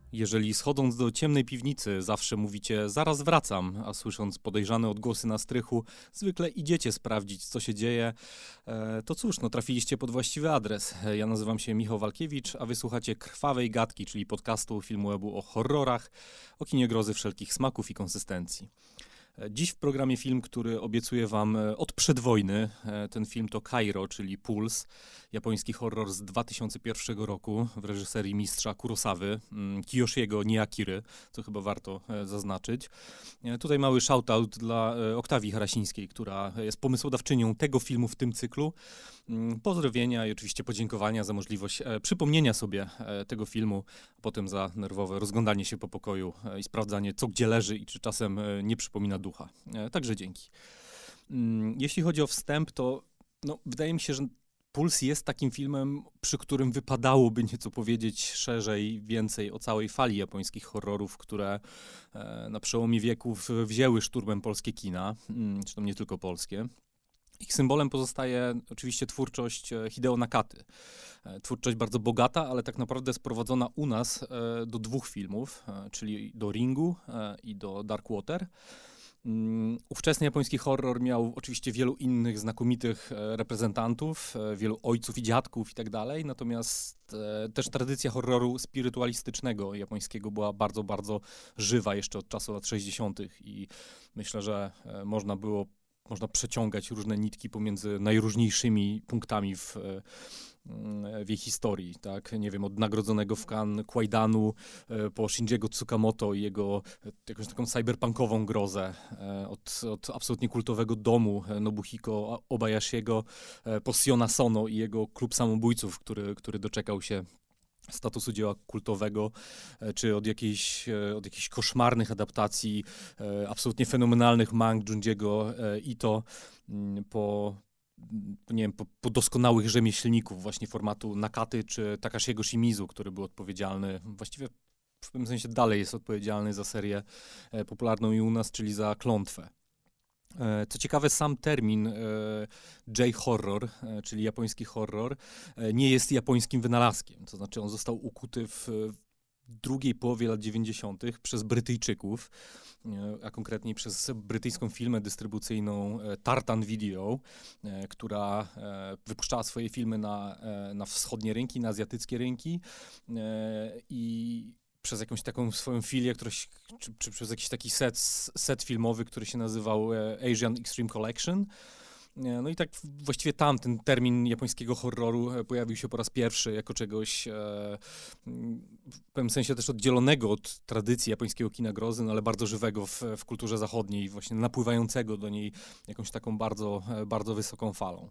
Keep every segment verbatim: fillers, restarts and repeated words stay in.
Jeżeli schodząc do ciemnej piwnicy zawsze mówicie zaraz wracam, a słysząc podejrzane odgłosy na strychu zwykle idziecie sprawdzić, co się dzieje, e, to cóż, no trafiliście pod właściwy adres. Ja nazywam się Michał Walkiewicz, a wysłuchacie Krwawej Gadki, czyli podcastu Filmwebu o horrorach, o kinie grozy wszelkich smaków i konsystencji. Dziś w programie film, który obiecuję wam od przedwojny. Ten film to Kairo, czyli Puls, japoński horror z dwa tysiące pierwszego roku w reżyserii mistrza Kurosawy, Kiyoshiego Niakiry, co chyba warto zaznaczyć. Tutaj mały shoutout dla Oktawii Harasińskiej, która jest pomysłodawczynią tego filmu w tym cyklu. Pozdrowienia i oczywiście podziękowania za możliwość przypomnienia sobie tego filmu, a potem za nerwowe rozglądanie się po pokoju i sprawdzanie, co gdzie leży i czy czasem nie przypomina ducha. Także dzięki. Jeśli chodzi o wstęp, to no, wydaje mi się, że Puls jest takim filmem, przy którym wypadałoby nieco powiedzieć szerzej, więcej o całej fali japońskich horrorów, które na przełomie wieków wzięły szturmem polskie kina, zresztą nie tylko polskie. Ich symbolem pozostaje oczywiście twórczość Hideo Nakaty. Twórczość bardzo bogata, ale tak naprawdę sprowadzona u nas do dwóch filmów, czyli do Ringu i do Dark Water. Ówczesny japoński horror miał oczywiście wielu innych znakomitych reprezentantów, wielu ojców i dziadków i tak dalej, natomiast też tradycja horroru spirytualistycznego japońskiego była bardzo, bardzo żywa jeszcze od czasu lat sześćdziesiątych i myślę, że można było Można przeciągać różne nitki pomiędzy najróżniejszymi punktami w, w jej historii, tak? Nie wiem, od nagrodzonego w Cannes Kwaidanu po Shinjiego Tsukamoto i jego jakąś taką cyberpunkową grozę, od, od absolutnie kultowego domu Nobuhiko Obayashiego po Siona Sono i jego klub samobójców, który, który doczekał się statusu dzieła kultowego, czy od jakiejś, od jakichś koszmarnych adaptacji absolutnie fenomenalnych mang Junjiego Ito po, nie wiem, po, po doskonałych rzemieślników właśnie formatu Nakaty czy Takashiego Shimizu, który był odpowiedzialny, właściwie w pewnym sensie dalej jest odpowiedzialny za serię popularną i u nas, czyli za Klątwę. Co ciekawe, sam termin J-horror, czyli japoński horror, nie jest japońskim wynalazkiem. To znaczy on został ukuty w drugiej połowie lat dziewięćdziesiątych przez Brytyjczyków, a konkretniej przez brytyjską firmę dystrybucyjną Tartan Video, która wypuszczała swoje filmy na, na wschodnie rynki, na azjatyckie rynki i przez jakąś taką swoją filię, któraś, czy, czy przez jakiś taki set, set filmowy, który się nazywał Asian Extreme Collection. No i tak właściwie tam ten termin japońskiego horroru pojawił się po raz pierwszy jako czegoś e, w pewnym sensie też oddzielonego od tradycji japońskiego kina grozy, no ale bardzo żywego w, w kulturze zachodniej, właśnie napływającego do niej jakąś taką bardzo, bardzo wysoką falą.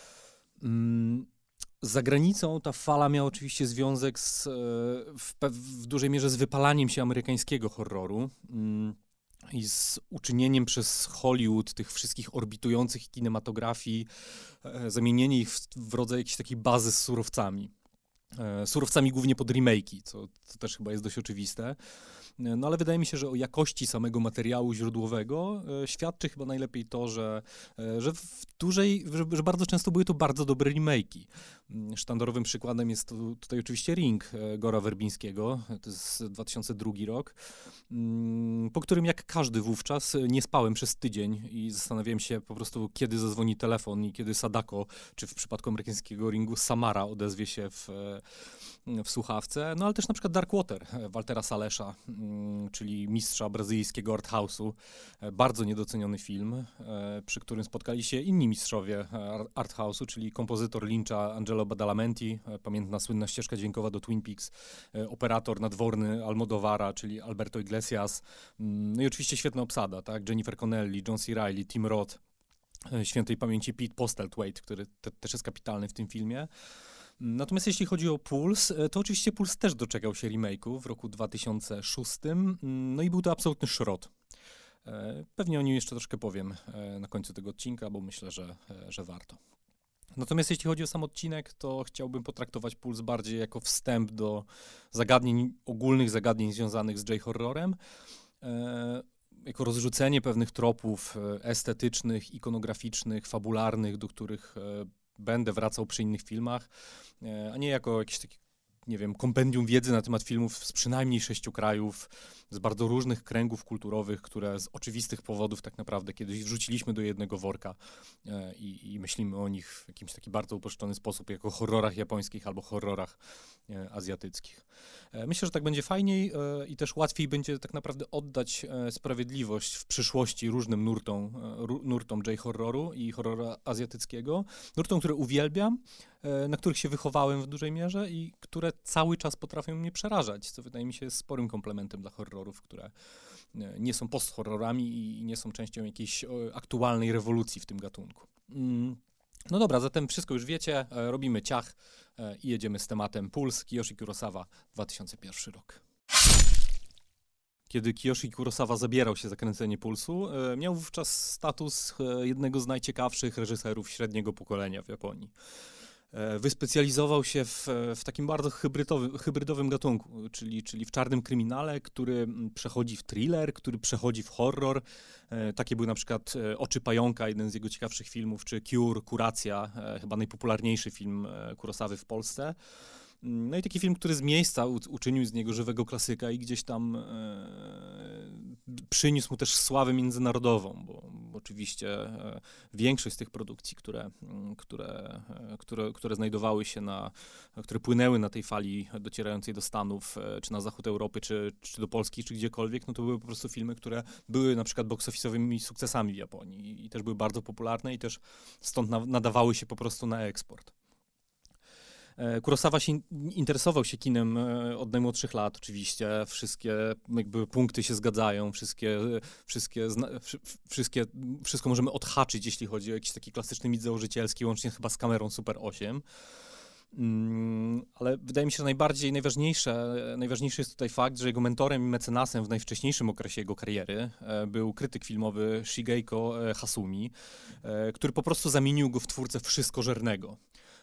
Mm. Za granicą ta fala miała oczywiście związek z, w, w dużej mierze z wypalaniem się amerykańskiego horroru mm, i z uczynieniem przez Hollywood tych wszystkich orbitujących kinematografii, e, zamienienie ich w, w rodzaj jakiejś takiej bazy z surowcami. E, surowcami głównie pod remake'i, co, co też chyba jest dość oczywiste. No ale wydaje mi się, że o jakości samego materiału źródłowego e, świadczy chyba najlepiej to, że, e, że w dużej, że, że bardzo często były to bardzo dobre remake'i. Sztandarowym przykładem jest tu, tutaj oczywiście Ring e, Gora Werbińskiego, to jest dwa tysiące drugi rok, m, po którym jak każdy wówczas nie spałem przez tydzień i zastanawiałem się po prostu, kiedy zadzwoni telefon i kiedy Sadako, czy w przypadku amerykańskiego Ringu Samara odezwie się w, w słuchawce. No ale też na przykład Dark Water Waltera Salesza, czyli mistrza brazylijskiego arthouse'u. Bardzo niedoceniony film, przy którym spotkali się inni mistrzowie arthouse'u, czyli kompozytor Lyncha Angelo Badalamenti, pamiętna słynna ścieżka dźwiękowa do Twin Peaks, operator nadworny Almodovara, czyli Alberto Iglesias, no i oczywiście świetna obsada, tak? Jennifer Connelly, John C. Reilly, Tim Roth, świętej pamięci Pete Postlethwaite, który te, też jest kapitalny w tym filmie. Natomiast jeśli chodzi o Puls, to oczywiście Puls też doczekał się remake'u w roku dwa tysiące szóstym, no i był to absolutny szrot. Pewnie o nim jeszcze troszkę powiem na końcu tego odcinka, bo myślę, że, że warto. Natomiast jeśli chodzi o sam odcinek, to chciałbym potraktować Puls bardziej jako wstęp do zagadnień, ogólnych zagadnień związanych z J-horrorem, jako rozrzucenie pewnych tropów estetycznych, ikonograficznych, fabularnych, do których będę wracał przy innych filmach, a nie jako jakiś taki nie wiem, kompendium wiedzy na temat filmów z przynajmniej sześciu krajów, z bardzo różnych kręgów kulturowych, które z oczywistych powodów tak naprawdę kiedyś wrzuciliśmy do jednego worka e, i, i myślimy o nich w jakimś taki bardzo uproszczony sposób, jako horrorach japońskich albo horrorach e, azjatyckich. E, myślę, że tak będzie fajniej e, i też łatwiej będzie tak naprawdę oddać e, sprawiedliwość w przyszłości różnym nurtom, e, ru, nurtom J-horroru i horrora azjatyckiego, nurtom, które uwielbiam, na których się wychowałem w dużej mierze i które cały czas potrafią mnie przerażać, co wydaje mi się sporym komplementem dla horrorów, które nie są post-horrorami i nie są częścią jakiejś aktualnej rewolucji w tym gatunku. No dobra, zatem wszystko już wiecie, robimy ciach i jedziemy z tematem Puls, Kiyoshi Kurosawa, dwa tysiące pierwszy rok. Kiedy Kiyoshi Kurosawa zabierał się za kręcenie Pulsu, miał wówczas status jednego z najciekawszych reżyserów średniego pokolenia w Japonii. Wyspecjalizował się w, w takim bardzo hybrydowym, hybrydowym gatunku, czyli, czyli w czarnym kryminale, który przechodzi w thriller, który przechodzi w horror. Takie były na przykład Oczy Pająka, jeden z jego ciekawszych filmów, czy Cure, Kuracja, chyba najpopularniejszy film Kurosawy w Polsce. No i taki film, który z miejsca uczynił z niego żywego klasyka i gdzieś tam e, przyniósł mu też sławę międzynarodową, bo, bo oczywiście e, większość z tych produkcji, które, które, e, które, które znajdowały się na, które płynęły na tej fali docierającej do Stanów, e, czy na zachód Europy, czy, czy do Polski, czy gdziekolwiek, no to były po prostu filmy, które były na przykład box office'owymi sukcesami w Japonii i też były bardzo popularne i też stąd na, nadawały się po prostu na eksport. Kurosawa się interesował się kinem od najmłodszych lat oczywiście, wszystkie jakby punkty się zgadzają, wszystkie, wszystkie, wszystkie, wszystko możemy odhaczyć, jeśli chodzi o jakiś taki klasyczny mit założycielski, łącznie chyba z kamerą Super osiem. Ale wydaje mi się, że najbardziej, najważniejsze, najważniejszy jest tutaj fakt, że jego mentorem i mecenasem w najwcześniejszym okresie jego kariery był krytyk filmowy Shigeko Hasumi, który po prostu zamienił go w twórcę wszystkożernego.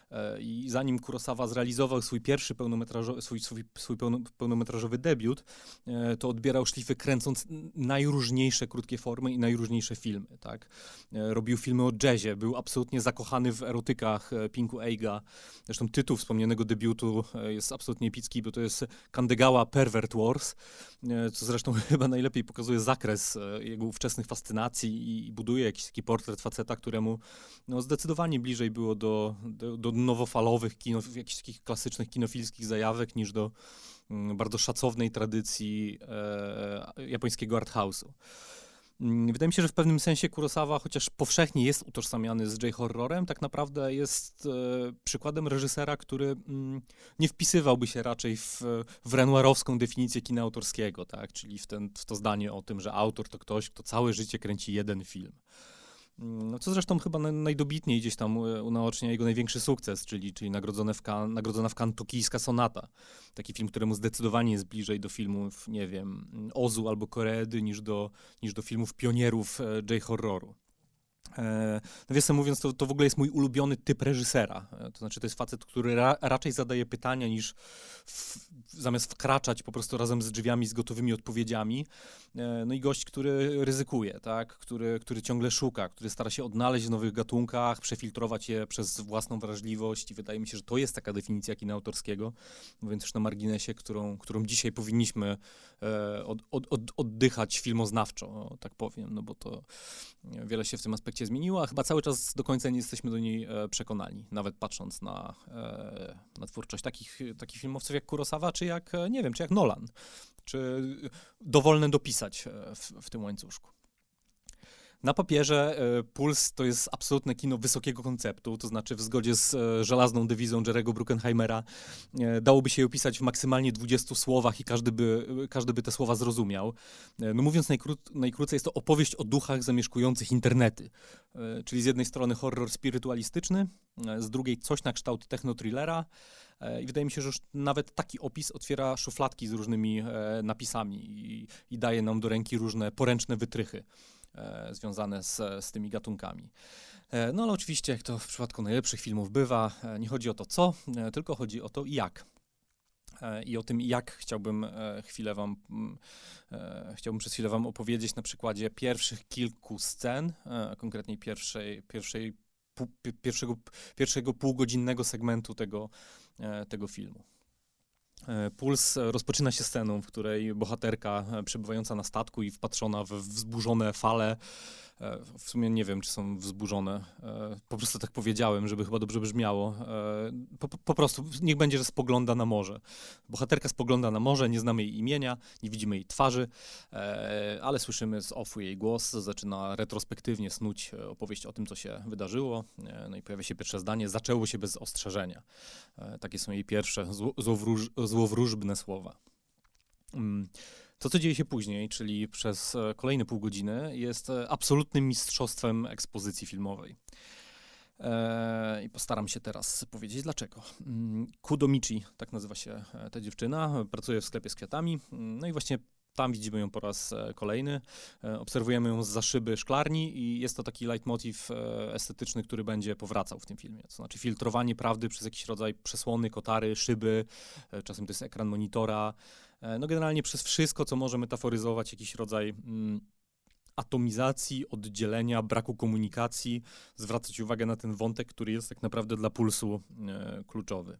I zanim Kurosawa zrealizował swój pierwszy pełnometrażowy, swój, swój, swój pełno, pełnometrażowy debiut, to odbierał szlify kręcąc najróżniejsze krótkie formy i najróżniejsze filmy, tak? Robił filmy o jazzie, był absolutnie zakochany w erotykach Pinku Eiga. Zresztą tytuł wspomnianego debiutu jest absolutnie epicki, bo to jest Kandegawa Pervert Wars, co zresztą chyba najlepiej pokazuje zakres jego ówczesnych fascynacji i buduje jakiś taki portret faceta, któremu no, zdecydowanie bliżej było do, do, do nowofalowych, kino, jakichś takich klasycznych kinofilskich zajawek niż do mm, bardzo szacownej tradycji e, japońskiego arthouse'u. Wydaje mi się, że w pewnym sensie Kurosawa, chociaż powszechnie jest utożsamiany z J-horrorem, tak naprawdę jest e, przykładem reżysera, który mm, nie wpisywałby się raczej w, w renoirowską definicję kina autorskiego, tak? Czyli w, ten, w to zdanie o tym, że autor to ktoś, kto całe życie kręci jeden film. No, co zresztą chyba najdobitniej gdzieś tam unaocznia jego największy sukces, czyli, czyli nagrodzone w Cannes, nagrodzona w Cannes Tokijska Sonata. Taki film, któremu zdecydowanie jest bliżej do filmów, nie wiem, Ozu albo Koreedy niż do, niż do filmów pionierów J-horroru. E, nawiasem mówiąc, to, to w ogóle jest mój ulubiony typ reżysera. E, to znaczy, to jest facet, który ra, raczej zadaje pytania, niż w, zamiast wkraczać po prostu razem z drzwiami z gotowymi odpowiedziami. E, no i gość, który ryzykuje, tak? który, który ciągle szuka, który stara się odnaleźć w nowych gatunkach, przefiltrować je przez własną wrażliwość i wydaje mi się, że to jest taka definicja kina autorskiego, mówiąc już na marginesie, którą, którą dzisiaj powinniśmy e, od, od, od, oddychać filmoznawczo, tak powiem, no bo to wiele się w tym aspekcie zmieniło, a chyba cały czas do końca nie jesteśmy do niej e, przekonani, nawet patrząc na, e, na twórczość takich, takich filmowców jak Kurosawa, czy jak, nie wiem, czy jak Nolan, czy dowolne dopisać w, w tym łańcuszku. Na papierze e, Puls to jest absolutne kino wysokiego konceptu, to znaczy w zgodzie z e, żelazną dewizą Jerry'ego Bruckenheimera e, dałoby się je opisać w maksymalnie dwudziestu słowach i każdy by, każdy by te słowa zrozumiał. E, no mówiąc najkró najkrócej, jest to opowieść o duchach zamieszkujących internety, e, czyli z jednej strony horror spirytualistyczny, e, z drugiej coś na kształt techno-thrillera. I wydaje mi się, że już nawet taki opis otwiera szufladki z różnymi e, napisami i, i daje nam do ręki różne poręczne wytrychy e, związane z, z tymi gatunkami. E, no ale oczywiście, jak to w przypadku najlepszych filmów bywa, e, nie chodzi o to co, e, tylko chodzi o to jak. E, I o tym jak chciałbym e, chwilę wam, e, chciałbym przez chwilę wam opowiedzieć na przykładzie pierwszych kilku scen, e, konkretnie pierwszej, pierwszej Pół, pierwszego, pierwszego półgodzinnego segmentu tego, tego filmu. Puls rozpoczyna się sceną, w której bohaterka przebywająca na statku i wpatrzona w wzburzone fale, w sumie nie wiem, czy są wzburzone, po prostu tak powiedziałem, żeby chyba dobrze brzmiało, po, po prostu niech będzie, że spogląda na morze. Bohaterka spogląda na morze, nie znamy jej imienia, nie widzimy jej twarzy, ale słyszymy z offu jej głos, zaczyna retrospektywnie snuć opowieść o tym, co się wydarzyło, no i pojawia się pierwsze zdanie: zaczęło się bez ostrzeżenia. Takie są jej pierwsze zło, złowróż, złowróżbne słowa. To, co dzieje się później, czyli przez kolejne pół godziny, jest absolutnym mistrzostwem ekspozycji filmowej. I postaram się teraz powiedzieć dlaczego. Kudo Michi, tak nazywa się ta dziewczyna, pracuje w sklepie z kwiatami, no i właśnie tam widzimy ją po raz kolejny. Obserwujemy ją zza szyby szklarni i jest to taki leitmotiv estetyczny, który będzie powracał w tym filmie. To znaczy filtrowanie prawdy przez jakiś rodzaj przesłony, kotary, szyby, czasem to jest ekran monitora. No generalnie przez wszystko, co może metaforyzować jakiś rodzaj mm, atomizacji, oddzielenia, braku komunikacji, zwracać uwagę na ten wątek, który jest tak naprawdę dla Pulsu e, kluczowy.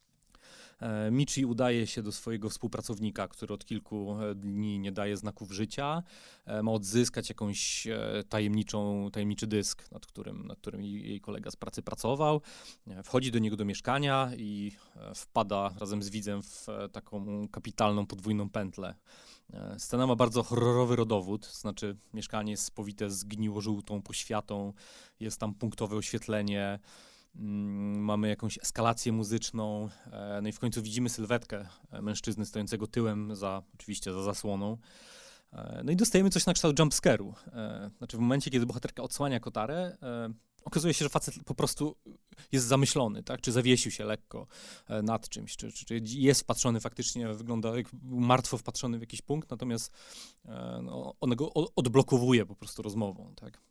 Michi udaje się do swojego współpracownika, który od kilku dni nie daje znaków życia. Ma odzyskać jakąś tajemniczą, tajemniczy dysk, nad którym, nad którym jej kolega z pracy pracował. Wchodzi do niego do mieszkania i wpada razem z widzem w taką kapitalną podwójną pętlę. Scena ma bardzo horrorowy rodowód, to znaczy mieszkanie jest spowite zgniło-żółtą poświatą, jest tam punktowe oświetlenie, mamy jakąś eskalację muzyczną, no i w końcu widzimy sylwetkę mężczyzny stojącego tyłem, za, oczywiście za zasłoną. No i dostajemy coś na kształt jumpscare'u. Znaczy w momencie, kiedy bohaterka odsłania kotarę, okazuje się, że facet po prostu jest zamyślony, tak? Czy zawiesił się lekko nad czymś, czy, czy, czy jest wpatrzony faktycznie, wygląda jak martwo wpatrzony w jakiś punkt, natomiast no, on go odblokowuje po prostu rozmową, tak?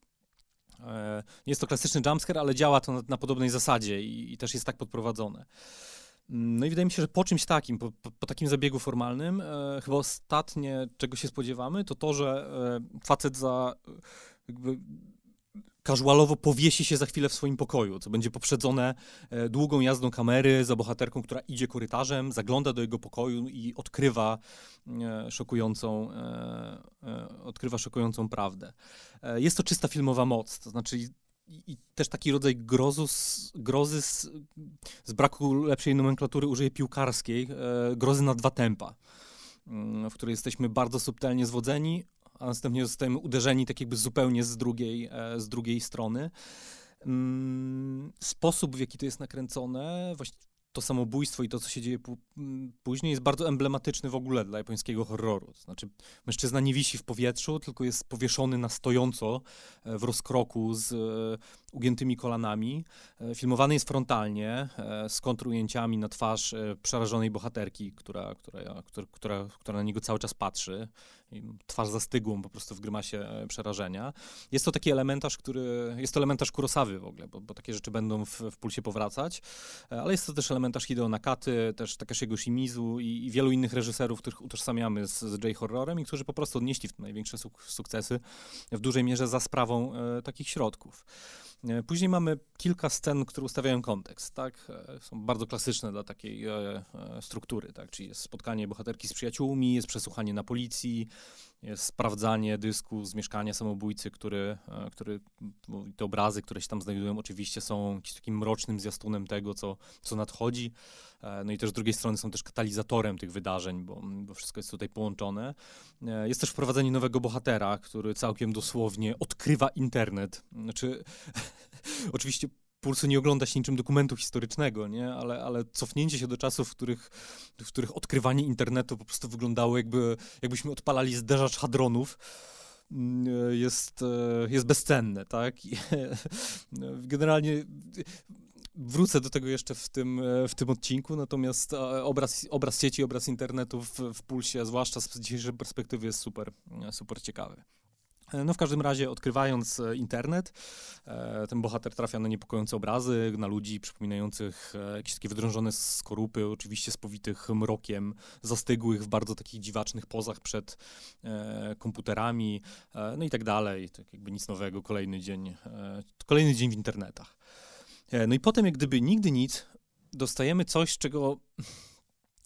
Nie jest to klasyczny jumpscare, ale działa to na, na podobnej zasadzie i, i też jest tak podprowadzone. No i wydaje mi się, że po czymś takim, po, po, po takim zabiegu formalnym, e, chyba ostatnie, czego się spodziewamy, to to, że e, facet za jakby casualowo powiesi się za chwilę w swoim pokoju, co będzie poprzedzone e, długą jazdą kamery za bohaterką, która idzie korytarzem, zagląda do jego pokoju i odkrywa e, szokującą, e, e, odkrywa szokującą prawdę. E, jest to czysta filmowa moc, to znaczy i, i też taki rodzaj grozu z, grozy z, z braku lepszej nomenklatury użyję piłkarskiej, e, grozy na dwa tempa, w której jesteśmy bardzo subtelnie zwodzeni, a następnie zostajemy uderzeni tak jakby zupełnie z drugiej, z drugiej strony. Sposób, w jaki to jest nakręcone, właśnie to samobójstwo i to, co się dzieje później, jest bardzo emblematyczny w ogóle dla japońskiego horroru. To znaczy mężczyzna nie wisi w powietrzu, tylko jest powieszony na stojąco w rozkroku z ugiętymi kolanami. Filmowany jest frontalnie, z kontrujęciami na twarz przerażonej bohaterki, która, która, która, która, która na niego cały czas patrzy. Twarz zastygłą po prostu w grymasie przerażenia. Jest to taki elementarz, który, jest to elementarz Kurosawy w ogóle, bo, bo takie rzeczy będą w, w Pulsie powracać, ale jest to też elementarz Hideo Nakaty, też Takeshiego Shimizu i, i wielu innych reżyserów, których utożsamiamy z, z J-horrorem i którzy po prostu odnieśli największe suk sukcesy w dużej mierze za sprawą e, takich środków. Później mamy kilka scen, które ustawiają kontekst, tak? Są bardzo klasyczne dla takiej e, e, struktury, tak? Czyli jest spotkanie bohaterki z przyjaciółmi, jest przesłuchanie na policji, jest sprawdzanie dysku z mieszkania samobójcy, który, e, który te obrazy, które się tam znajdują, oczywiście są jakimś takim mrocznym zwiastunem tego, co, co nadchodzi. E, no i też z drugiej strony są też katalizatorem tych wydarzeń, bo, bo wszystko jest tutaj połączone. E, jest też wprowadzenie nowego bohatera, który całkiem dosłownie odkrywa internet. Znaczy, oczywiście Pulsu nie ogląda się niczym dokumentu historycznego, nie? Ale, ale cofnięcie się do czasów, w których, w których odkrywanie internetu po prostu wyglądało jakby, jakbyśmy odpalali zderzacz hadronów, jest, jest bezcenne, tak? I generalnie wrócę do tego jeszcze w tym, w tym odcinku, natomiast obraz, obraz sieci, obraz internetu w, w Pulsie, zwłaszcza z dzisiejszej perspektywy, jest super, super ciekawy. No w każdym razie, odkrywając internet, ten bohater trafia na niepokojące obrazy, na ludzi przypominających jakieś takie wydrążone skorupy, oczywiście spowitych mrokiem, zastygłych w bardzo takich dziwacznych pozach przed komputerami, no i tak dalej. Tak jakby nic nowego, kolejny dzień, kolejny dzień w internetach. No i potem, jak gdyby nigdy nic, dostajemy coś, czego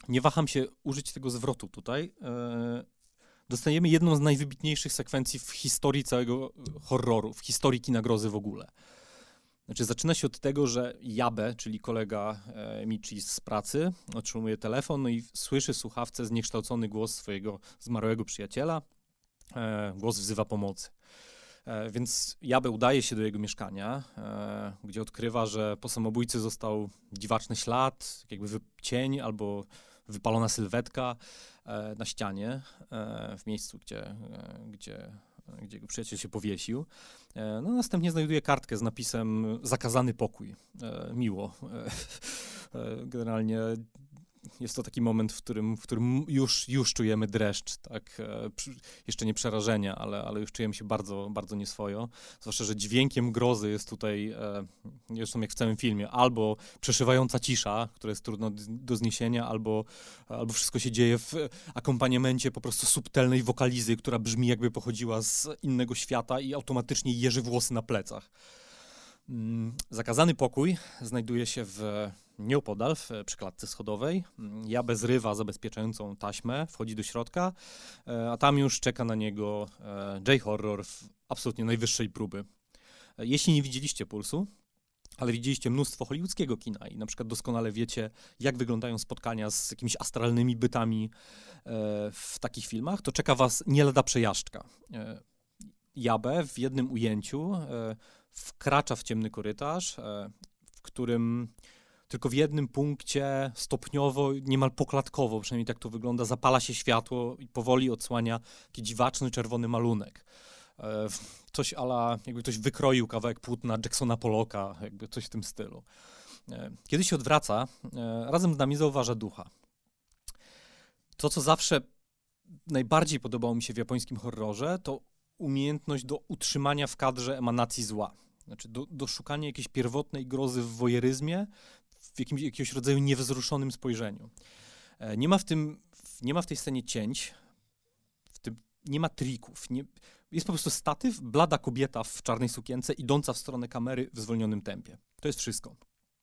nie waham się użyć tego zwrotu tutaj, e, dostajemy jedną z najwybitniejszych sekwencji w historii całego horroru, w historii kina grozy w ogóle. Znaczy, zaczyna się od tego, że Jabe, czyli kolega e, Michi z pracy, otrzymuje telefon, no i słyszy w słuchawce zniekształcony głos swojego zmarłego przyjaciela. E, głos wzywa pomocy. E, więc Jabe udaje się do jego mieszkania, e, gdzie odkrywa, że po samobójcy został dziwaczny ślad, jakby wy- cień albo wypalona sylwetka e, na ścianie, e, w miejscu, gdzie, e, gdzie, gdzie jego przyjaciel się powiesił. E, no, następnie znajduje kartkę z napisem zakazany pokój. E, miło. E, e, generalnie jest to taki moment, w którym, w którym już, już czujemy dreszcz, tak, e, przy, jeszcze nie przerażenia, ale, ale już czujemy się bardzo, bardzo nieswojo. Zwłaszcza, że dźwiękiem grozy jest tutaj, e, zresztą jak w całym filmie, albo przeszywająca cisza, która jest trudna do, do zniesienia, albo, albo wszystko się dzieje w akompaniamencie po prostu subtelnej wokalizy, która brzmi jakby pochodziła z innego świata i automatycznie jeży włosy na plecach. Mm, Zakazany pokój znajduje się w nieopodal, w, przy klatce schodowej. Mm, Jabe zrywa zabezpieczającą taśmę, wchodzi do środka, e, a tam już czeka na niego e, J-horror w absolutnie najwyższej próby. E, Jeśli nie widzieliście Pulsu, ale widzieliście mnóstwo hollywoodzkiego kina i na przykład doskonale wiecie, jak wyglądają spotkania z jakimiś astralnymi bytami e, w takich filmach, to czeka was nie lada przejażdżka. E, Jabe w jednym ujęciu e, wkracza w ciemny korytarz, e, w którym tylko w jednym punkcie stopniowo, niemal poklatkowo, przynajmniej tak to wygląda, zapala się światło i powoli odsłania taki dziwaczny czerwony malunek. E, Coś a la, jakby ktoś wykroił kawałek płótna Jacksona Pollocka, jakby coś w tym stylu. E, Kiedy się odwraca, e, razem z nami zauważa ducha. To, co zawsze najbardziej podobało mi się w japońskim horrorze, to umiejętność do utrzymania w kadrze emanacji zła. Znaczy do, do szukania jakiejś pierwotnej grozy w wojeryzmie, w jakimś, jakiegoś rodzaju niewzruszonym spojrzeniu. E, Nie ma w tym, nie ma w tej scenie cięć, w tym, nie ma trików. Nie, jest po prostu statyw, blada kobieta w czarnej sukience, idąca w stronę kamery w zwolnionym tempie. To jest wszystko.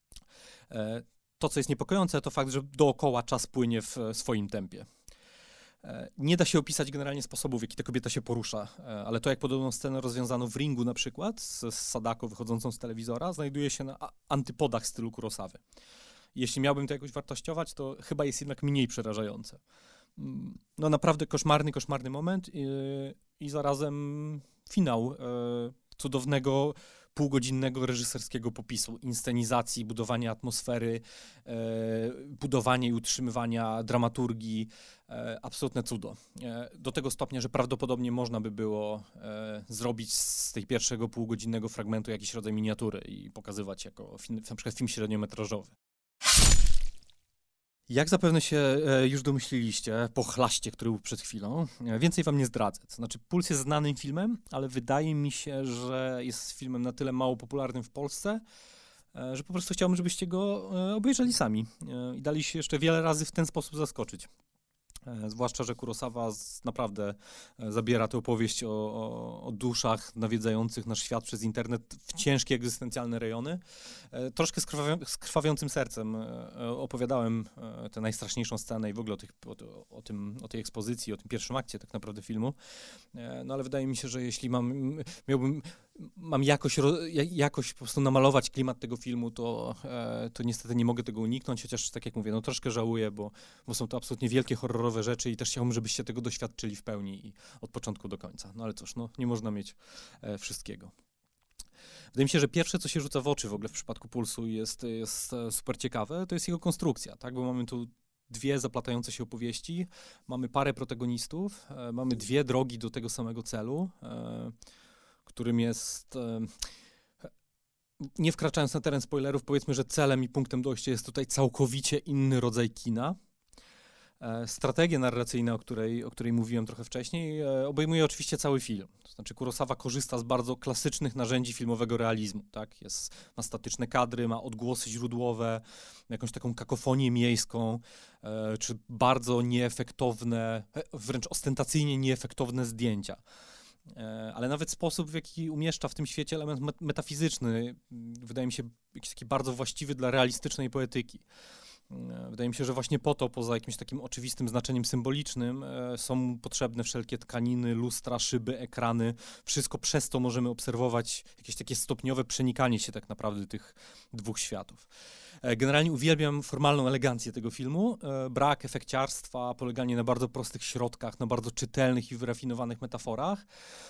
E, To, co jest niepokojące, to fakt, że dookoła czas płynie w e, swoim tempie. E, Nie da się opisać generalnie sposobu, w jaki ta kobieta się porusza, e, ale to, jak podobną scenę rozwiązano w Ringu na przykład, z, z Sadako wychodzącą z telewizora, znajduje się na a- antypodach stylu Kurosawy. Jeśli miałbym to jakoś wartościować, to chyba jest jednak mniej przerażające. Mm, No naprawdę koszmarny, koszmarny moment i, i zarazem finał e, cudownego, półgodzinnego reżyserskiego popisu, inscenizacji, budowania atmosfery, e, budowania i utrzymywania dramaturgii. E, absolutne cudo. E, do tego stopnia, że prawdopodobnie można by było e, zrobić z tej pierwszego półgodzinnego fragmentu jakiś rodzaj miniatury i pokazywać jako film, na przykład film średniometrażowy. Jak zapewne się e, już domyśliliście po chlaście, który był przed chwilą, e, więcej wam nie zdradzę. To znaczy, Puls jest znanym filmem, ale wydaje mi się, że jest filmem na tyle mało popularnym w Polsce, e, że po prostu chciałbym, żebyście go e, obejrzeli sami e, i dali się jeszcze wiele razy w ten sposób zaskoczyć. E, Zwłaszcza, że Kurosawa z, naprawdę e, zabiera tę opowieść o, o, o duszach nawiedzających nasz świat przez internet w ciężkie, egzystencjalne rejony. E, Troszkę z, krwawią, z krwawiącym sercem e, opowiadałem e, tę najstraszniejszą scenę i w ogóle o, tych, o, o, tym, o tej ekspozycji, o tym pierwszym akcie tak naprawdę filmu. E, No ale wydaje mi się, że jeśli mam, miałbym, mam jakoś, ro- ja- jakoś po prostu namalować klimat tego filmu, to, e, to niestety nie mogę tego uniknąć, chociaż tak jak mówię, no troszkę żałuję, bo, bo są to absolutnie wielkie, horrorowe rzeczy i też chciałbym, żebyście tego doświadczyli w pełni i od początku do końca. No ale cóż, no nie można mieć e, wszystkiego. Wydaje mi się, że pierwsze, co się rzuca w oczy w ogóle w przypadku Pulsu jest, jest e, super ciekawe, to jest jego konstrukcja, tak, bo mamy tu dwie zaplatające się opowieści, mamy parę protagonistów, e, mamy dwie drogi do tego samego celu, e, którym jest... E, nie wkraczając na teren spoilerów, powiedzmy, że celem i punktem dojścia jest tutaj całkowicie inny rodzaj kina. E, Strategia narracyjna, o której, o której mówiłem trochę wcześniej, e, obejmuje oczywiście cały film. To znaczy Kurosawa korzysta z bardzo klasycznych narzędzi filmowego realizmu. Tak? Jest, ma statyczne kadry, ma odgłosy źródłowe, jakąś taką kakofonię miejską, e, czy bardzo nieefektowne, e, wręcz ostentacyjnie nieefektowne zdjęcia. E, Ale nawet sposób, w jaki umieszcza w tym świecie element met- metafizyczny, m, wydaje mi się jakiś taki bardzo właściwy dla realistycznej poetyki. Wydaje mi się, że właśnie po to, poza jakimś takim oczywistym znaczeniem symbolicznym, są potrzebne wszelkie tkaniny, lustra, szyby, ekrany. Wszystko przez to możemy obserwować jakieś takie stopniowe przenikanie się tak naprawdę tych dwóch światów. Generalnie uwielbiam formalną elegancję tego filmu, brak efekciarstwa, poleganie na bardzo prostych środkach, na bardzo czytelnych i wyrafinowanych metaforach.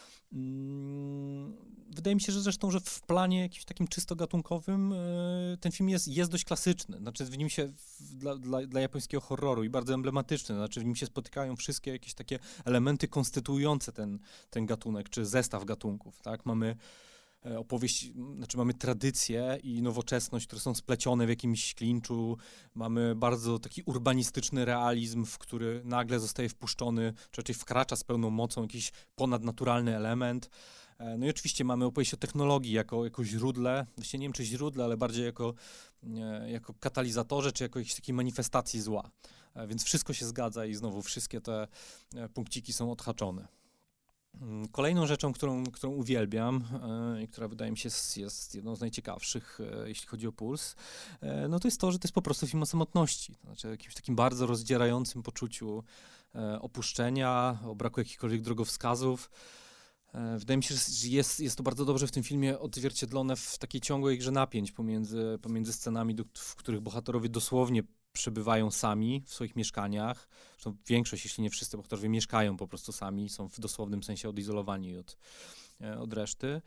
Wydaje mi się, że zresztą, że w planie jakimś takim czysto gatunkowym ten film jest, jest dość klasyczny. Znaczy w nim się w, dla, dla, dla japońskiego horroru i bardzo emblematyczny. Znaczy w nim się spotykają wszystkie jakieś takie elementy konstytuujące ten, ten gatunek, czy zestaw gatunków, tak? Mamy opowieść, znaczy mamy tradycję i nowoczesność, które są splecione w jakimś klinczu. Mamy bardzo taki urbanistyczny realizm, w który nagle zostaje wpuszczony, czy raczej wkracza z pełną mocą jakiś ponadnaturalny element. No i oczywiście mamy opowieść o technologii jako, jako źródle, właściwie nie wiem czy źródle, ale bardziej jako, jako katalizatorze, czy jako jakiejś takiej manifestacji zła. Więc wszystko się zgadza i znowu wszystkie te punkciki są odhaczone. Kolejną rzeczą, którą, którą uwielbiam i yy, która wydaje mi się jest, jest jedną z najciekawszych, yy, jeśli chodzi o Puls, yy, no to jest to, że to jest po prostu film o samotności. To znaczy o jakimś takim bardzo rozdzierającym poczuciu yy, opuszczenia, o braku jakichkolwiek drogowskazów. Yy, wydaje mi się, że jest, jest to bardzo dobrze w tym filmie odzwierciedlone w takiej ciągłej grze napięć pomiędzy, pomiędzy scenami, do, w których bohaterowie dosłownie przebywają sami w swoich mieszkaniach. Zresztą większość, jeśli nie wszyscy bohaterowie mieszkają po prostu sami, są w dosłownym sensie odizolowani od, od reszty.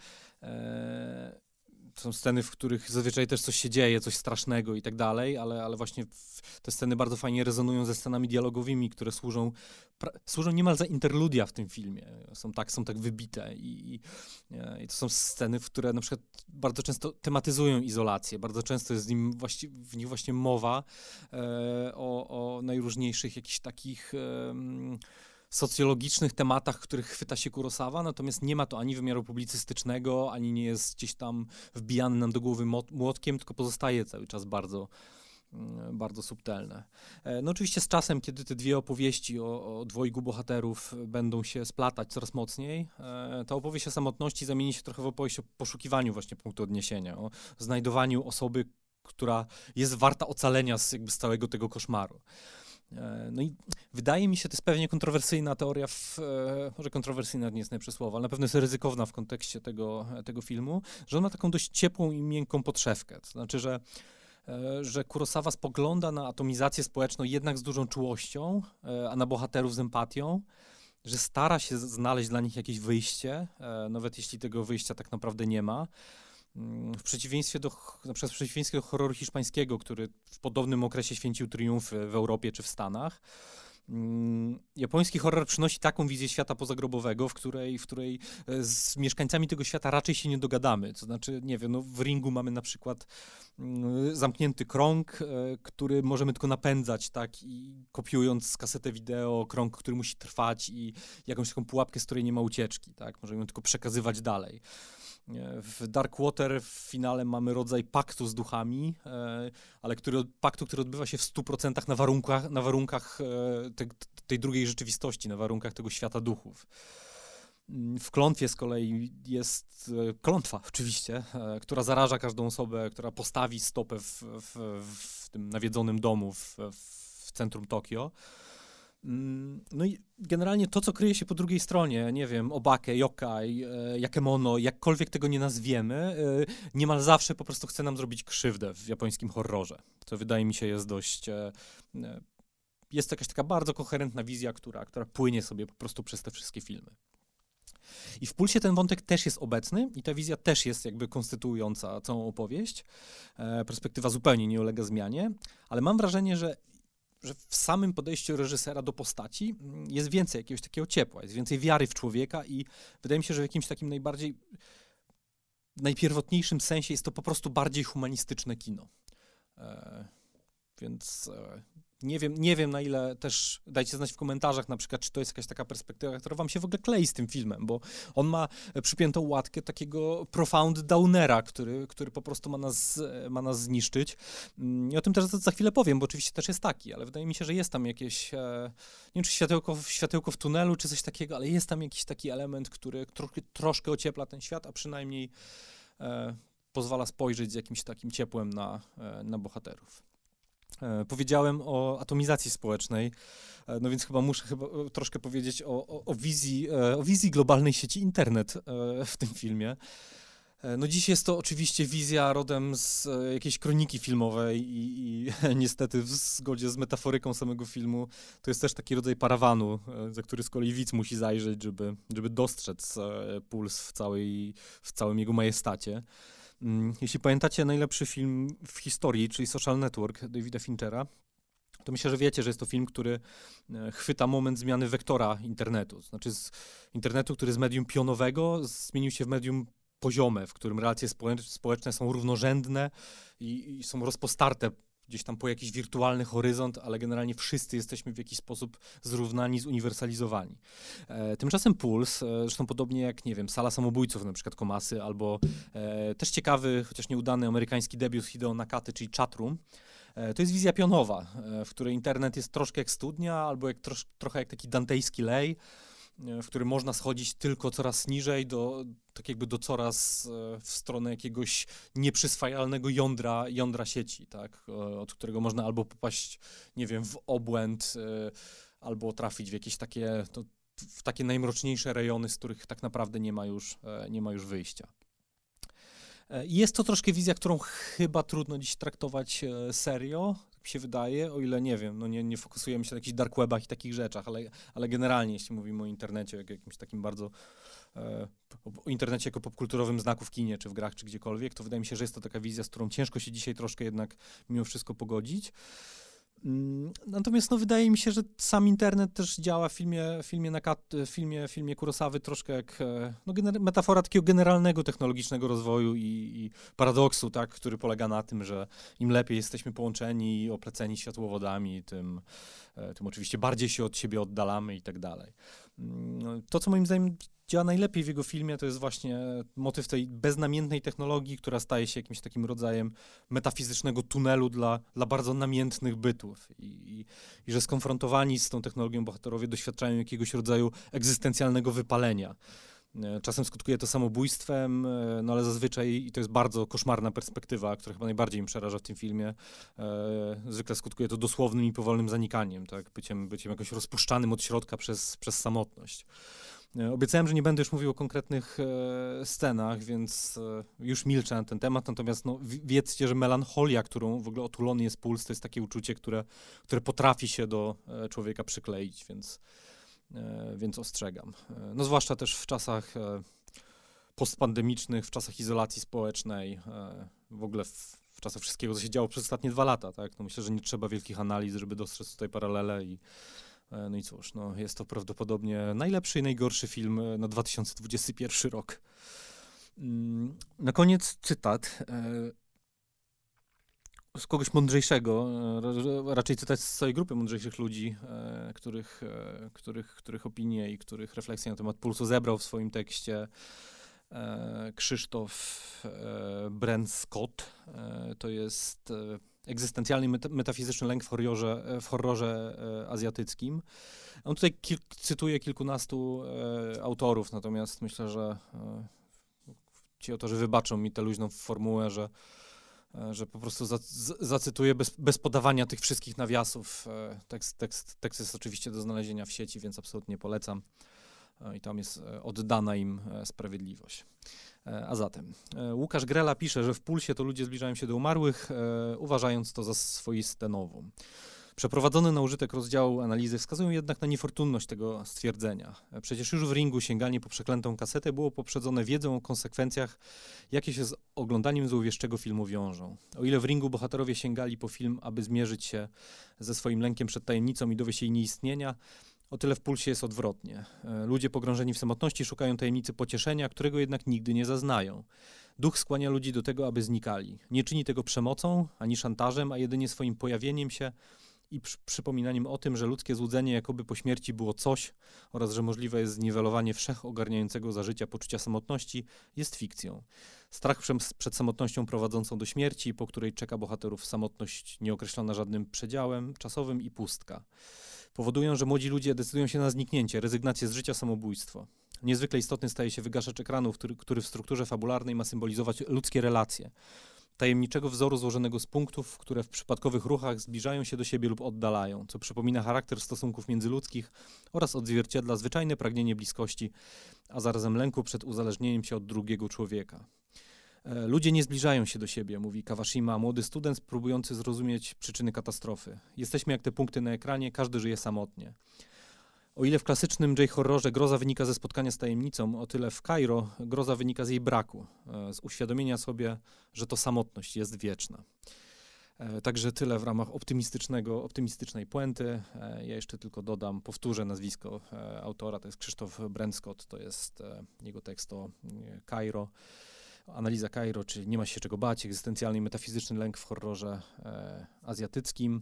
E, są sceny, w których zazwyczaj też coś się dzieje, coś strasznego i tak dalej, ale, ale właśnie w, te sceny bardzo fajnie rezonują ze scenami dialogowymi, które służą, pra, służą niemal za interludia w tym filmie. Są tak, są tak wybite i, i, i to są sceny, w które na przykład bardzo często tematyzują izolację, bardzo często jest w, nim właści, w nich właśnie mowa e, o, o najróżniejszych jakichś takich e, socjologicznych tematach, których chwyta się Kurosawa, natomiast nie ma to ani wymiaru publicystycznego, ani nie jest gdzieś tam wbijany nam do głowy młotkiem, tylko pozostaje cały czas bardzo, bardzo subtelne. No oczywiście z czasem, kiedy te dwie opowieści o, o dwojgu bohaterów będą się splatać coraz mocniej, ta opowieść o samotności zamieni się trochę w opowieść o poszukiwaniu właśnie punktu odniesienia, o znajdowaniu osoby, która jest warta ocalenia z, jakby z całego tego koszmaru. No i wydaje mi się, to jest pewnie kontrowersyjna teoria, w, może kontrowersyjna nie jest najlepsze słowo, ale na pewno jest ryzykowna w kontekście tego, tego filmu, że on ma taką dość ciepłą i miękką podszewkę. To znaczy, że, że Kurosawa spogląda na atomizację społeczną jednak z dużą czułością, a na bohaterów z empatią, że stara się znaleźć dla nich jakieś wyjście, nawet jeśli tego wyjścia tak naprawdę nie ma. W przeciwieństwie do, na przykład w przeciwieństwie do horroru hiszpańskiego, który w podobnym okresie święcił triumfy w Europie czy w Stanach, japoński horror przynosi taką wizję świata pozagrobowego, w której, w której z mieszkańcami tego świata raczej się nie dogadamy. To znaczy, nie wiem, no w Ringu mamy na przykład zamknięty krąg, który możemy tylko napędzać, tak, i kopiując z kasetę wideo krąg, który musi trwać i jakąś taką pułapkę, z której nie ma ucieczki, tak, możemy ją tylko przekazywać dalej. W Darkwater w finale mamy rodzaj paktu z duchami, ale który, paktu, który odbywa się w stu procentach na warunkach, na warunkach te, tej drugiej rzeczywistości, na warunkach tego świata duchów. W Klątwie z kolei jest klątwa oczywiście, która zaraża każdą osobę, która postawi stopę w, w, w tym nawiedzonym domu w, w centrum Tokio. No i generalnie to, co kryje się po drugiej stronie, nie wiem, obake, yokai, yakemono, jakkolwiek tego nie nazwiemy, niemal zawsze po prostu chce nam zrobić krzywdę w japońskim horrorze. To wydaje mi się jest dość... Jest to jakaś taka bardzo koherentna wizja, która, która płynie sobie po prostu przez te wszystkie filmy. I w Pulsie ten wątek też jest obecny i ta wizja też jest jakby konstytuująca całą opowieść. Perspektywa zupełnie nie ulega zmianie, ale mam wrażenie, że że w samym podejściu reżysera do postaci jest więcej jakiegoś takiego ciepła, jest więcej wiary w człowieka i wydaje mi się, że w jakimś takim najbardziej, najpierwotniejszym sensie jest to po prostu bardziej humanistyczne kino. E, więc e, nie wiem, nie wiem na ile też, dajcie znać w komentarzach na przykład, czy to jest jakaś taka perspektywa, która wam się w ogóle klei z tym filmem, bo on ma przypiętą łatkę takiego profound downera, który, który po prostu ma nas, ma nas zniszczyć. I o tym też za, za chwilę powiem, bo oczywiście też jest taki, ale wydaje mi się, że jest tam jakieś, e, nie wiem czy światełko, światełko w tunelu, czy coś takiego, ale jest tam jakiś taki element, który tro, troszkę ociepla ten świat, a przynajmniej e, pozwala spojrzeć z jakimś takim ciepłem na, e, na bohaterów. E, powiedziałem o atomizacji społecznej, e, no więc chyba muszę chyba troszkę powiedzieć o, o, o, wizji, e, o wizji globalnej sieci internet e, w tym filmie. E, no dziś jest to oczywiście wizja rodem z e, jakiejś kroniki filmowej i, i niestety w zgodzie z metaforyką samego filmu to jest też taki rodzaj parawanu, e, za który z kolei widz musi zajrzeć, żeby, żeby dostrzec e, puls w, całej, w całym jego majestacie. Jeśli pamiętacie najlepszy film w historii, czyli Social Network Davida Finchera, to myślę, że wiecie, że jest to film, który chwyta moment zmiany wektora internetu. Znaczy z internetu, który z medium pionowego zmienił się w medium poziome, w którym relacje społeczne są równorzędne i, i są rozpostarte gdzieś tam po jakiś wirtualny horyzont, ale generalnie wszyscy jesteśmy w jakiś sposób zrównani, zuniwersalizowani. E, tymczasem Puls, e, zresztą podobnie jak, nie wiem, Sala Samobójców, na przykład Komasy, albo e, też ciekawy, chociaż nieudany amerykański debiut Hideo Nakaty, czyli Chatroom, e, to jest wizja pionowa, e, w której internet jest troszkę jak studnia, albo jak trosz, trochę jak taki dantejski lej, w którym można schodzić tylko coraz niżej, do, tak jakby do coraz e, w stronę jakiegoś nieprzyswajalnego jądra, jądra sieci, tak, od którego można albo popaść, nie wiem, w obłęd, e, albo trafić w jakieś takie, to, w takie najmroczniejsze rejony, z których tak naprawdę nie ma już, e, nie ma już wyjścia. Jest to troszkę wizja, którą chyba trudno dziś traktować serio, tak mi się wydaje, o ile nie wiem, no nie, nie fokusujemy się na jakichś dark webach i takich rzeczach, ale, ale generalnie, jeśli mówimy o internecie, jak jakimś takim bardzo, e, o internecie jako popkulturowym znaku w kinie, czy w grach, czy gdziekolwiek, to wydaje mi się, że jest to taka wizja, z którą ciężko się dzisiaj troszkę jednak mimo wszystko pogodzić. Natomiast no, wydaje mi się, że sam internet też działa w filmie, filmie, Nakat- filmie, filmie Kurosawy troszkę jak no, gener- metafora takiego generalnego technologicznego rozwoju i, i paradoksu, tak, który polega na tym, że im lepiej jesteśmy połączeni, opleceni światłowodami, tym, tym oczywiście bardziej się od siebie oddalamy i tak dalej. To, co moim zdaniem działa najlepiej w jego filmie, to jest właśnie motyw tej beznamiętnej technologii, która staje się jakimś takim rodzajem metafizycznego tunelu dla, dla bardzo namiętnych bytów. I, i, I że skonfrontowani z tą technologią bohaterowie doświadczają jakiegoś rodzaju egzystencjalnego wypalenia. Czasem skutkuje to samobójstwem, no ale zazwyczaj, i to jest bardzo koszmarna perspektywa, która chyba najbardziej mi przeraża w tym filmie, e, zwykle skutkuje to dosłownym i powolnym zanikaniem, tak, byciem, byciem jakoś rozpuszczanym od środka przez, przez samotność. Obiecałem, że nie będę już mówił o konkretnych e, scenach, więc e, już milczę na ten temat, natomiast no, wiedzcie, że melancholia, którą w ogóle otulony jest Puls, to jest takie uczucie, które, które potrafi się do e, człowieka przykleić, więc, e, więc ostrzegam. E, no zwłaszcza też w czasach e, postpandemicznych, w czasach izolacji społecznej, e, w ogóle w, w czasach wszystkiego, co się działo przez ostatnie dwa lata, tak? No myślę, że nie trzeba wielkich analiz, żeby dostrzec tutaj paralele i no i cóż, no jest to prawdopodobnie najlepszy i najgorszy film na dwa tysiące dwudziesty pierwszy rok. Na koniec cytat z kogoś mądrzejszego, raczej cytat z całej grupy mądrzejszych ludzi, których, których, których opinie i których refleksje na temat Pulsu zebrał w swoim tekście Krzysztof Brent-Scott. To jest egzystencjalny, metafizyczny lęk w horrorze, w horrorze e, azjatyckim. On tutaj kil, cytuje kilkunastu e, autorów, natomiast myślę, że e, ci autorzy wybaczą mi tę luźną formułę, że, e, że po prostu za, z, zacytuję bez, bez podawania tych wszystkich nawiasów. E, tekst, tekst, tekst jest oczywiście do znalezienia w sieci, więc absolutnie polecam. E, I tam jest oddana im sprawiedliwość. A zatem, Łukasz Grela pisze, że w Pulsie to ludzie zbliżają się do umarłych, e, uważając to za swoiste novum. Przeprowadzone na użytek rozdziału analizy wskazują jednak na niefortunność tego stwierdzenia. Przecież już w Ringu sięganie po przeklętą kasetę było poprzedzone wiedzą o konsekwencjach, jakie się z oglądaniem złowieszczego filmu wiążą. O ile w Ringu bohaterowie sięgali po film, aby zmierzyć się ze swoim lękiem przed tajemnicą i dowieść jej nieistnienia, o tyle w Pulsie jest odwrotnie. Ludzie pogrążeni w samotności szukają tajemnicy pocieszenia, którego jednak nigdy nie zaznają. Duch skłania ludzi do tego, aby znikali. Nie czyni tego przemocą, ani szantażem, a jedynie swoim pojawieniem się i przy, przypominaniem o tym, że ludzkie złudzenie jakoby po śmierci było coś oraz że możliwe jest zniwelowanie wszechogarniającego za życia poczucia samotności, jest fikcją. Strach przed, przed samotnością prowadzącą do śmierci, po której czeka bohaterów samotność nieokreślona żadnym przedziałem czasowym i pustka. Powodują, że młodzi ludzie decydują się na zniknięcie, rezygnację z życia, samobójstwo. Niezwykle istotny staje się wygaszacz ekranów, który, który w strukturze fabularnej ma symbolizować ludzkie relacje. tajemniczego wzoru złożonego z punktów, które w przypadkowych ruchach zbliżają się do siebie lub oddalają, co przypomina charakter stosunków międzyludzkich oraz odzwierciedla zwyczajne pragnienie bliskości, a zarazem lęku przed uzależnieniem się od drugiego człowieka. Ludzie nie zbliżają się do siebie, mówi Kawashima, młody student próbujący zrozumieć przyczyny katastrofy. Jesteśmy jak te punkty na ekranie, każdy żyje samotnie. O ile w klasycznym J-horrorze groza wynika ze spotkania z tajemnicą, o tyle w Kairo groza wynika z jej braku, z uświadomienia sobie, że to samotność jest wieczna. Także tyle w ramach optymistycznego, optymistycznej puenty. Ja jeszcze tylko dodam, powtórzę nazwisko autora, to jest Krzysztof Brent-Scott, to jest jego tekst o Kairo. Analiza Kairo, czyli nie ma się czego bać, egzystencjalny i metafizyczny lęk w horrorze e, azjatyckim.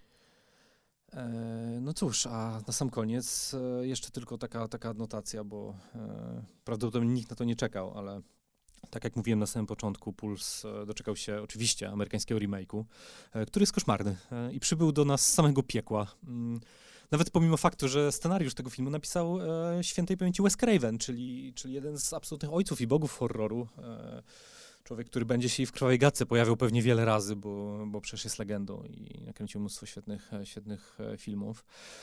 E, no cóż, a na sam koniec e, jeszcze tylko taka, taka adnotacja, bo e, prawdopodobnie nikt na to nie czekał, ale tak jak mówiłem na samym początku, Puls e, doczekał się oczywiście amerykańskiego remake'u, e, który jest koszmarny e, i przybył do nas z samego piekła. Mm. Nawet pomimo faktu, że scenariusz tego filmu napisał e, świętej pamięci Wes Craven, czyli, czyli jeden z absolutnych ojców i bogów horroru. E, człowiek, który będzie się i w Krwawej Gadce pojawiał pewnie wiele razy, bo, bo przecież jest legendą i nakręcił mnóstwo świetnych, świetnych filmów.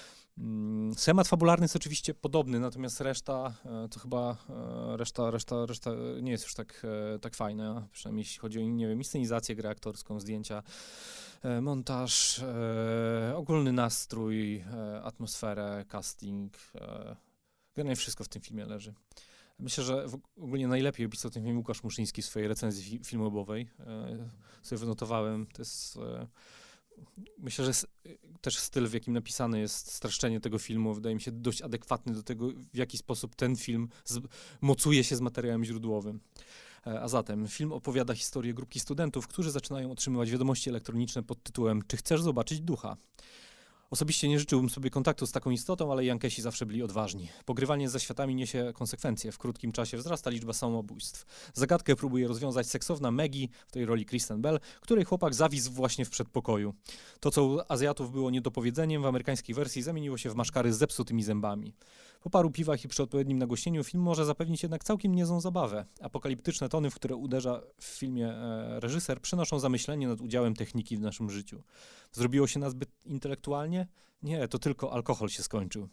Mm, schemat fabularny jest oczywiście podobny, natomiast reszta e, to chyba e, reszta, reszta, reszta nie jest już tak, e, tak fajna, przynajmniej jeśli chodzi o, nie wiem, inscenizację, grę aktorską, zdjęcia, e, montaż, e, ogólny nastrój, e, atmosferę, casting, e, generalnie wszystko w tym filmie leży. Myślę, że w, ogólnie najlepiej opisał ten film Łukasz Muszyński w swojej recenzji fi, filmowej. E, sobie wynotowałem, to jest... E, Myślę, że też styl, w jakim napisane jest streszczenie tego filmu, wydaje mi się dość adekwatny do tego, w jaki sposób ten film z, mocuje się z materiałem źródłowym. A zatem film opowiada historię grupki studentów, którzy zaczynają otrzymywać wiadomości elektroniczne pod tytułem „Czy chcesz zobaczyć ducha?” Osobiście nie życzyłbym sobie kontaktu z taką istotą, ale Jankesi zawsze byli odważni. Pogrywanie ze światami niesie konsekwencje. W krótkim czasie wzrasta liczba samobójstw. Zagadkę próbuje rozwiązać seksowna Maggie, w tej roli Kristen Bell, której chłopak zawisł właśnie w przedpokoju. To, co u Azjatów było niedopowiedzeniem, w amerykańskiej wersji zamieniło się w maszkary z zepsutymi zębami. Po paru piwach i przy odpowiednim nagłośnieniu film może zapewnić jednak całkiem niezłą zabawę. Apokaliptyczne tony, w które uderza w filmie e, reżyser, przynoszą zamyślenie nad udziałem techniki w naszym życiu. Zrobiło się nazbyt intelektualnie? Nie, to tylko alkohol się skończył.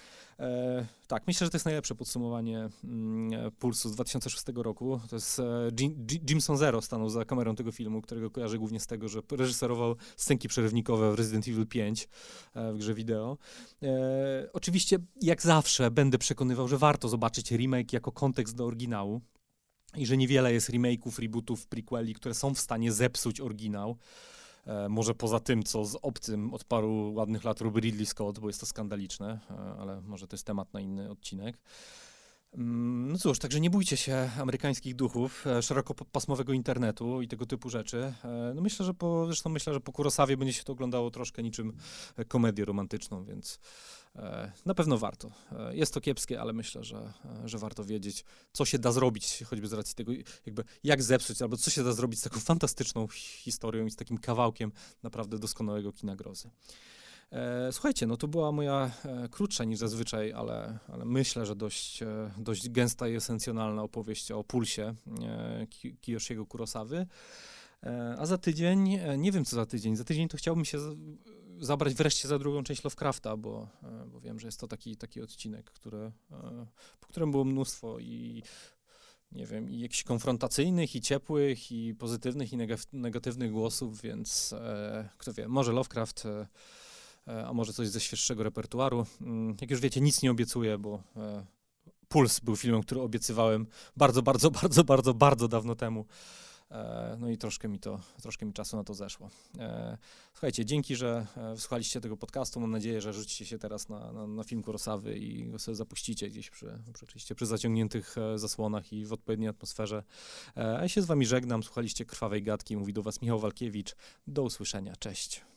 E, tak, myślę, że to jest najlepsze podsumowanie mm, Pulsu z dwa tysiące szóstego roku. To jest e, Jim, Jimson Zero stanął za kamerą tego filmu, którego kojarzę głównie z tego, że reżyserował scenki przerywnikowe w Resident Evil pięć e, w grze wideo. E, oczywiście, jak zawsze, będę przekonywał, że warto zobaczyć remake jako kontekst do oryginału i że niewiele jest remake'ów, rebootów, prequeli, które są w stanie zepsuć oryginał. E, może poza tym, co z Obcym od paru ładnych lat robi Ridley Scott, bo jest to skandaliczne, e, ale może to jest temat na inny odcinek. Mm, no cóż, także nie bójcie się amerykańskich duchów, e, szerokopasmowego internetu i tego typu rzeczy. E, no myślę, że po, zresztą myślę, że po Kurosawie będzie się to oglądało troszkę niczym e, komedię romantyczną, więc e, na pewno warto. E, jest to kiepskie, ale myślę, że, e, że warto wiedzieć, co się da zrobić, choćby z racji tego, jakby jak zepsuć, albo co się da zrobić z taką fantastyczną historią i z takim kawałkiem naprawdę doskonałego kina grozy. E, słuchajcie, no to była moja e, krótsza niż zazwyczaj, ale, ale myślę, że dość, e, dość gęsta i esencjonalna opowieść o Pulsie e, Ki- Kiyoshiego Kurosawy. E, a za tydzień, e, nie wiem co za tydzień, za tydzień to chciałbym się z, zabrać wreszcie za drugą część Lovecrafta, bo, e, bo wiem, że jest to taki, taki odcinek, który, e, po którym było mnóstwo i nie wiem, i jakichś konfrontacyjnych, i ciepłych, i pozytywnych, i neg- negatywnych głosów, więc e, kto wie, może Lovecraft, e, a może coś ze świeższego repertuaru. Jak już wiecie, nic nie obiecuję, bo e, Puls był filmem, który obiecywałem bardzo, bardzo, bardzo, bardzo, bardzo dawno temu. E, no i troszkę mi to, troszkę mi czasu na to zeszło. E, słuchajcie, dzięki, że e, wysłuchaliście tego podcastu. Mam nadzieję, że rzucicie się teraz na, na, na film Kurosawy i go sobie zapuścicie gdzieś przy, przy, oczywiście przy zaciągniętych e, zasłonach i w odpowiedniej atmosferze. E, a ja się z wami żegnam. Słuchaliście Krwawej Gadki. Mówi do was Michał Walkiewicz. Do usłyszenia. Cześć.